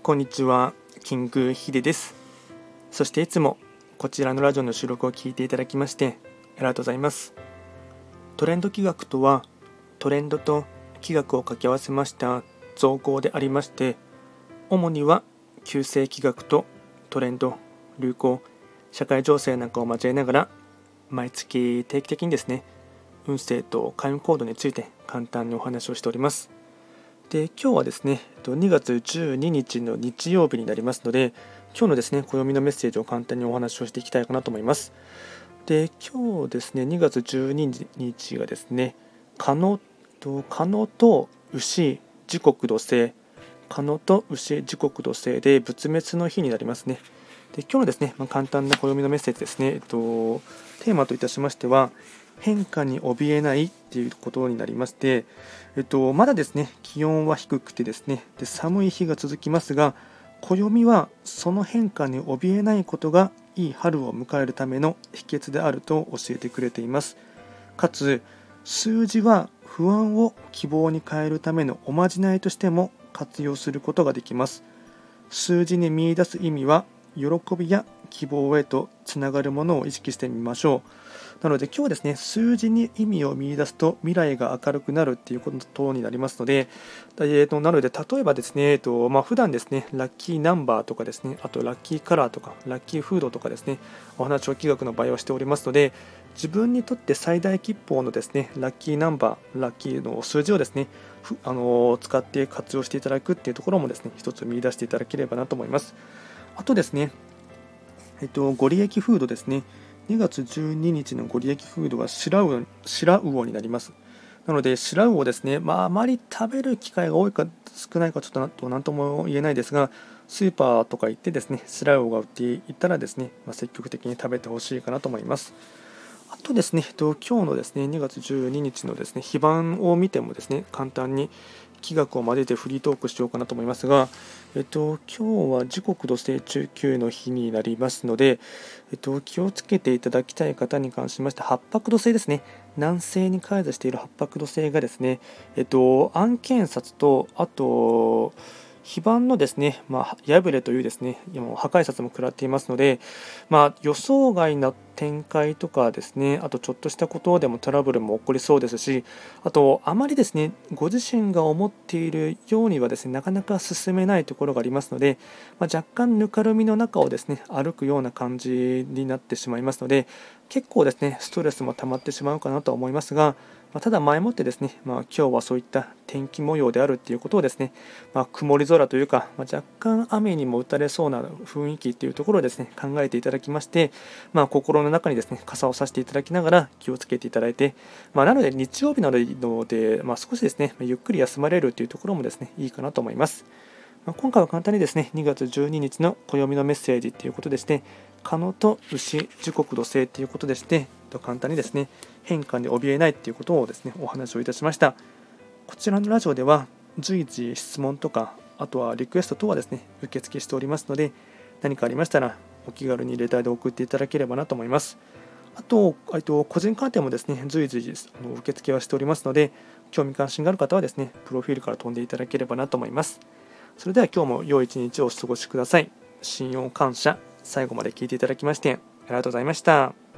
こんにちは、キングヒデです。そしていつもこちらのラジオの収録を聞いていただきましてありがとうございます。トレンド企画とは、トレンドと企画を掛け合わせました造語でありまして、主には旧世企画とトレンド、流行、社会情勢なんかを交えながら、毎月定期的にですね、運勢と開運行動について簡単にお話をしております。で、今日はですね、2月12日の日曜日になりますので、今日のですね、暦のメッセージを簡単にお話をしていきたいかなと思います。で、今日ですね、2月12日がですね、狩野と牛、時刻土星、狩野と牛、時刻土星で仏滅の日になりますね。で、今日のですね、簡単な暦のメッセージですね、テーマといたしましては、変化に怯えないっていうことになりまして、まだですね、気温は低くてですね、で寒い日が続きますが、暦はその変化に怯えないことがいい春を迎えるための秘訣であると教えてくれています。かつ、数字は不安を希望に変えるためのおまじないとしても活用することができます。数字に見出す意味は、喜びや希望へとつながるものを意識してみましょう。なので今日はですね、数字に意味を見出すと未来が明るくなるっていうことになりますので、なので例えばですね、普段ですね、ラッキーナンバーとかですね、あとラッキーカラーとかラッキーフードとかですね、お話を企画の場合はしておりますので、自分にとって最大吉報のですね、ラッキーナンバー、ラッキーの数字をですね、使って活用していただくっていうところもですね、一つ見出していただければなと思います。あとですね、ご利益フードですね。2月12日のご利益フードは白魚になります。なので、白魚をですね、あまり食べる機会が多いか少ないかちょっと何とも言えないですが、スーパーとか行ってですね、白魚が売っていたらですね、積極的に食べてほしいかなと思います。あとですね、今日のですね、2月12日のですね、非番を見てもですね、簡単に気学を交えてフリートークしようかなと思いますが、今日は時刻土星中級の日になりますので、気をつけていただきたい方に関しまして、八白土星ですね、南西に開座している八白土星がですね、暗検察と、あと、非番のですね、破れというですね、破壊殺も食らっていますので、予想外な展開とかですね、あとちょっとしたことでもトラブルも起こりそうですし、あとあまりですね、ご自身が思っているようにはですね、なかなか進めないところがありますので、若干ぬかるみの中をですね、歩くような感じになってしまいますので、結構ですね、ストレスも溜まってしまうかなと思いますが、ただ前もってですね、今日はそういった天気模様であるということをですね、曇り空というか、若干雨にも打たれそうな雰囲気というところをですね、考えていただきまして、心の中にですね、傘を差していただきながら気をつけていただいて、なので日曜日なので、少しですね、ゆっくり休まれるというところもですね、いいかなと思います。今回は簡単にですね、2月12日の暦のメッセージということでして、狩野と牛、時刻土星ということでして、簡単にですね、変化に怯えないということをですね、お話をいたしました。こちらのラジオでは随時質問とか、あとはリクエスト等はですね、受付しておりますので、何かありましたらお気軽にレターで送っていただければなと思います。あと、個人鑑定もですね、随時受付はしておりますので、興味関心がある方はですね、プロフィールから飛んでいただければなと思います。それでは今日も良い一日をお過ごしください。信用感謝、最後まで聞いていただきましてありがとうございました。